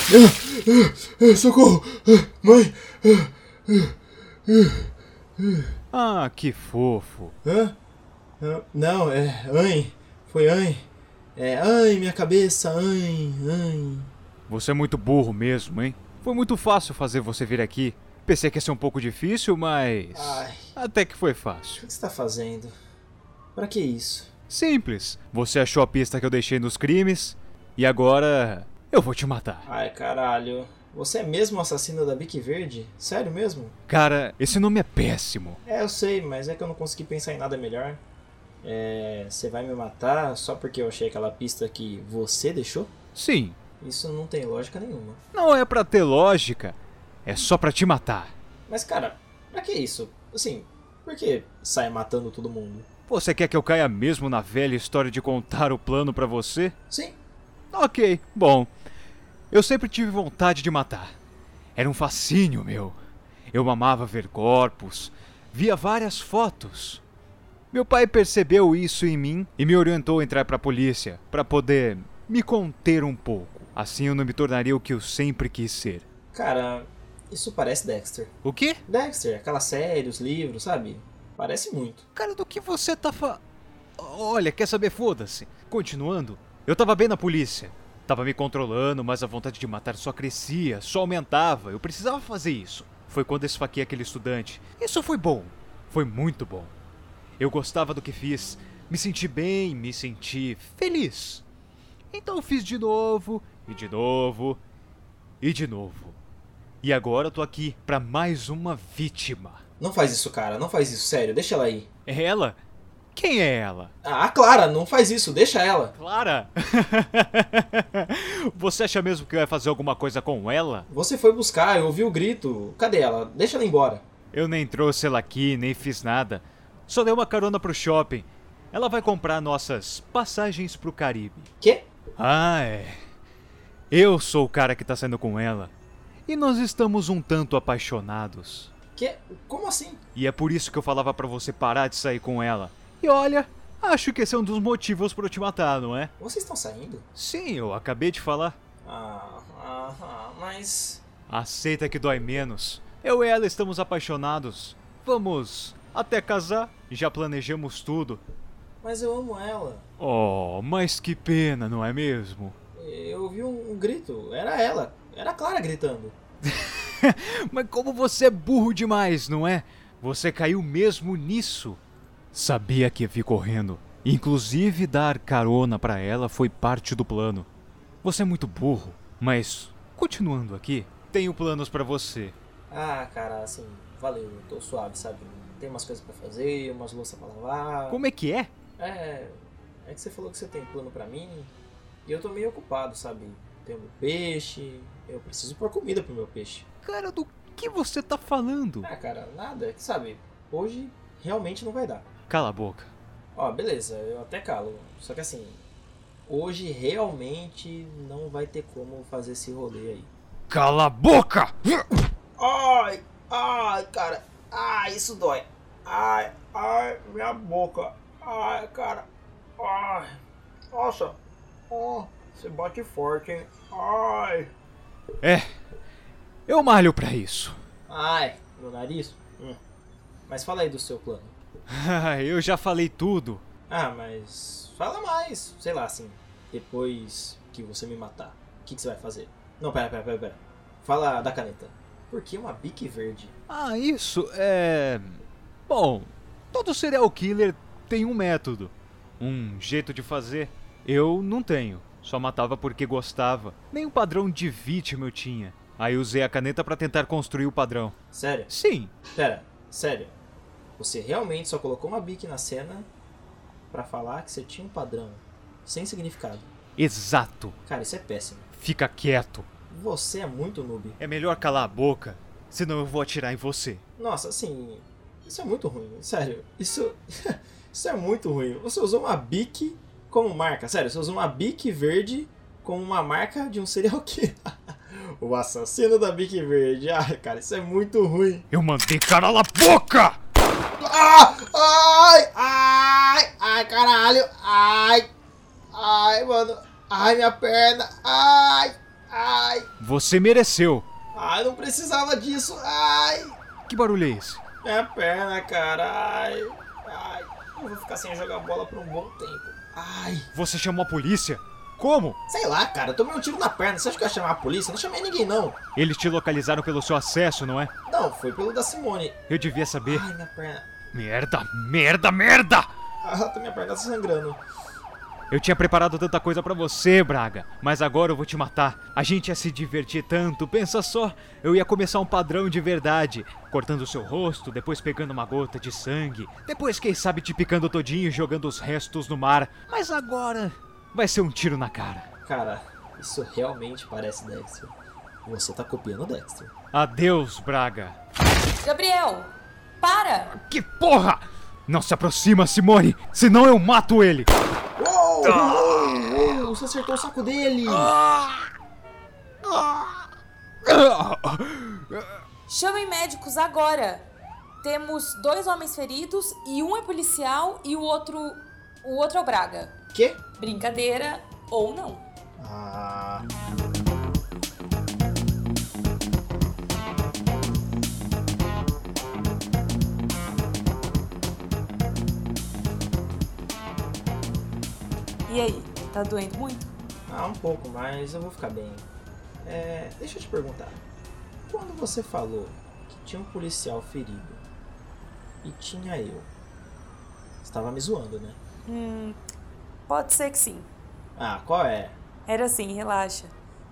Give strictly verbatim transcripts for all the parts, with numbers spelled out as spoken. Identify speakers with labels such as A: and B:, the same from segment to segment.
A: Socorro! Mãe!
B: Ah, que fofo.
A: Hã? Não, é... Ai, foi ai. É, ai, minha cabeça, ai, ai.
B: Você é muito burro mesmo, hein? Foi muito fácil fazer você vir aqui. Pensei que ia ser um pouco difícil, mas...
A: Ai.
B: Até que foi
A: O
B: fácil.
A: que você tá fazendo? Pra que isso?
B: Simples. Você achou a pista que eu deixei nos crimes e agora eu vou te matar.
A: Ai, caralho. Você é mesmo o assassino da Bique Verde? Sério mesmo?
B: Cara, esse nome é péssimo.
A: É, eu sei, mas é que eu não consegui pensar em nada melhor. É... Você vai me matar só porque eu achei aquela pista que você deixou?
B: Sim.
A: Isso não tem lógica nenhuma.
B: Não é pra ter lógica. É só pra te matar.
A: Mas, cara, pra que isso? Assim, por que sai matando todo mundo?
B: Você quer que eu caia mesmo na velha história de contar o plano pra você?
A: Sim.
B: Ok, bom. Eu sempre tive vontade de matar. Era um fascínio meu. Eu amava ver corpos, via várias fotos. Meu pai percebeu isso em mim e me orientou a entrar pra polícia, pra poder me conter um pouco. Assim eu não me tornaria o que eu sempre quis ser.
A: Cara, isso parece Dexter.
B: O quê?
A: Dexter, aquela série, os livros, sabe? Parece muito.
B: Cara, do que você tá fa... Olha, quer saber? Foda-se. Continuando, eu tava bem na polícia. Tava me controlando, mas a vontade de matar só crescia, só aumentava. Eu precisava fazer isso. Foi quando esfaqueei aquele estudante. Isso foi bom. Foi muito bom. Eu gostava do que fiz. Me senti bem, me senti feliz. Então eu fiz de novo, e de novo, e de novo. E agora eu tô aqui pra mais uma vítima.
A: Não faz isso, cara. Não faz isso. Sério, deixa ela aí.
B: É ela? Quem é ela?
A: Ah, a Clara, não faz isso. Deixa ela.
B: Clara? Você acha mesmo que vai fazer alguma coisa com ela?
A: Você foi buscar, eu ouvi o grito. Cadê ela? Deixa ela embora.
B: Eu nem trouxe ela aqui, nem fiz nada. Só dei uma carona pro shopping. Ela vai comprar nossas passagens pro Caribe.
A: Quê?
B: Ah, é. Eu sou o cara que tá saindo com ela. E nós estamos um tanto apaixonados.
A: Quê? Como assim?
B: E é por isso que eu falava pra você parar de sair com ela. E olha, acho que esse é um dos motivos pra eu te matar, não é?
A: Vocês estão saindo?
B: Sim, eu acabei de falar.
A: Ah, ah, ah, mas...
B: Aceita que dói menos. Eu e ela estamos apaixonados. Vamos até casar. Já planejamos tudo.
A: Mas eu amo ela.
B: Oh, mas que pena, não é mesmo?
A: Eu ouvi um, um grito. Era ela. Era a Clara gritando.
B: Mas como você é burro demais, não é? Você caiu mesmo nisso. Sabia que ia vir correndo. Inclusive dar carona pra ela foi parte do plano. Você é muito burro, mas continuando aqui, tenho planos pra você.
A: Ah, cara, assim, valeu. Eu tô suave, sabe? Tem umas coisas pra fazer, umas louças pra lavar.
B: Como é que é?
A: É, é que você falou que você tem plano pra mim e eu tô meio ocupado, sabe? Tenho meu peixe, eu preciso pôr comida pro meu peixe.
B: Cara, do que você tá falando?
A: Ah, cara, nada, é que sabe, hoje realmente não vai dar.
B: Cala a boca.
A: Ó, beleza, eu até calo, só que assim, hoje realmente não vai ter como fazer esse rolê aí.
B: Cala a boca!
A: Ai, ai, cara, ai, isso dói. Ai, ai, minha boca. Ai, cara. Ai. Nossa. Oh, você bate forte, hein? Ai.
B: É, eu malho pra isso.
A: Ai, meu nariz? Hum. Mas fala aí do seu plano.
B: Eu já falei tudo.
A: Ah, mas fala mais. Sei lá, assim, depois que você me matar, o que, que você vai fazer? Não, pera, pera, pera, pera. Fala da caneta. Por que uma Bic verde?
B: Ah, isso é... Bom, todo serial killer tem um método, um jeito de fazer. Eu não tenho, só matava porque gostava. Nem um padrão de vítima eu tinha. Aí usei a caneta pra tentar construir o padrão.
A: Sério?
B: Sim.
A: Pera, sério. Você realmente só colocou uma Bic na cena pra falar que você tinha um padrão, sem significado.
B: Exato.
A: Cara, isso é péssimo.
B: Fica quieto.
A: Você é muito noob.
B: É melhor calar a boca, senão eu vou atirar em você.
A: Nossa, assim, isso é muito ruim, sério. Isso, isso é muito ruim. Você usou uma Bic como marca, sério. Você usou uma Bic verde como uma marca de um serial killer. O assassino da Bic verde. Ai, cara, isso é muito ruim.
B: Eu mandei calar a boca!
A: Ah! Ai! Ai! Ai, caralho! Ai! Ai, mano! Ai, minha perna! Ai! Ai.
B: Você mereceu.
A: Ai, não precisava disso. Ai.
B: Que barulho é esse?
A: Minha perna, cara. Ai. Ai. Eu vou ficar sem jogar bola por um bom tempo. Ai.
B: Você chamou a polícia? Como?
A: Sei lá, cara. Eu tomei um tiro na perna. Você acha que eu ia chamar a polícia? Não chamei ninguém, não.
B: Eles te localizaram pelo seu acesso, não é?
A: Não, foi pelo da Simone.
B: Eu devia saber.
A: Ai, minha perna.
B: Merda, merda, merda!
A: Ah, minha perna tá sangrando.
B: Eu tinha preparado tanta coisa pra você, Braga, mas agora eu vou te matar. A gente ia se divertir tanto, pensa só. Eu ia começar um padrão de verdade, cortando o seu rosto, depois pegando uma gota de sangue, depois quem sabe te picando todinho e jogando os restos no mar. Mas agora vai ser um tiro na cara.
A: Cara, isso realmente parece Dexter. Você tá copiando o Dexter.
B: Adeus, Braga.
C: Gabriel, para!
B: Que porra! Não se aproxima, Simone, senão eu mato ele.
A: Uou, uou, uou, você acertou o saco dele.
C: Chamem médicos agora. Temos dois homens feridos e um é policial e o outro... O outro é o Braga.
A: Quê?
C: Brincadeira ou não.
A: Ah...
C: E aí, tá doendo muito?
A: Ah, um pouco, mas eu vou ficar bem. É, deixa eu te perguntar. Quando você falou que tinha um policial ferido e tinha eu, você tava me zoando, né?
C: Hum, pode ser que sim.
A: Ah, qual é?
C: Era assim, relaxa.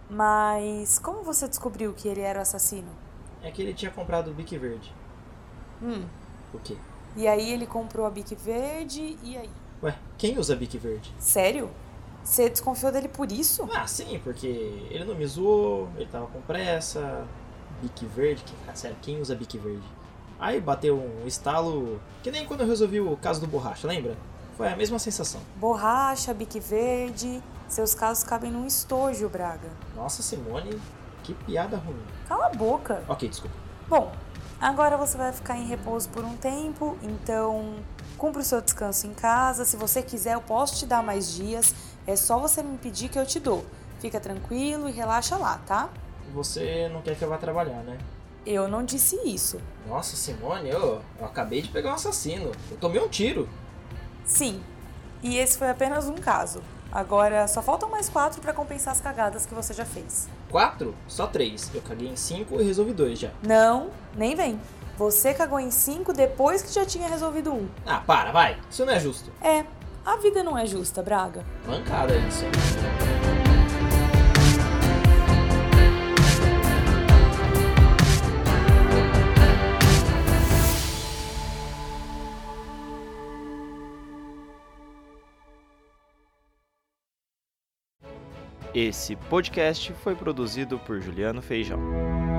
C: Mas como você descobriu que ele era o assassino?
A: É que ele tinha comprado o Bic Verde.
C: Hum,
A: O quê?
C: e aí ele comprou a Bic Verde e aí?
A: Ué, quem usa Bic Verde?
C: Sério? Você desconfiou dele por isso?
A: Ah, sim, porque ele não me zoou, ele tava com pressa. Bic Verde, que, cara, sério, quem usa Bic Verde? Aí bateu um estalo, que nem quando eu resolvi o caso do Borracha, lembra? Foi a mesma sensação.
C: Borracha, Bic Verde, seus casos cabem num estojo, Braga.
A: Nossa, Simone, que piada ruim.
C: Cala a boca.
A: Ok, desculpa.
C: Bom, agora você vai ficar em repouso por um tempo, então cumpra o seu descanso em casa. Se você quiser, eu posso te dar mais dias. É só você me pedir que eu te dou. Fica tranquilo e relaxa lá, tá?
A: Você não quer que eu vá trabalhar, né?
C: Eu não disse isso.
A: Nossa, Simone, eu, eu acabei de pegar um assassino. Eu tomei um tiro.
C: Sim, e esse foi apenas um caso. Agora só faltam mais quatro pra compensar as cagadas que você já fez.
A: Quatro? Só três. Eu caguei em cinco e resolvi dois já.
C: Não, nem vem. Você cagou em cinco depois que já tinha resolvido um.
A: Ah, para, vai. Isso não é justo.
C: É, a vida não é justa, Braga.
A: Mancada isso.
D: Esse podcast foi produzido por Juliano Feijão.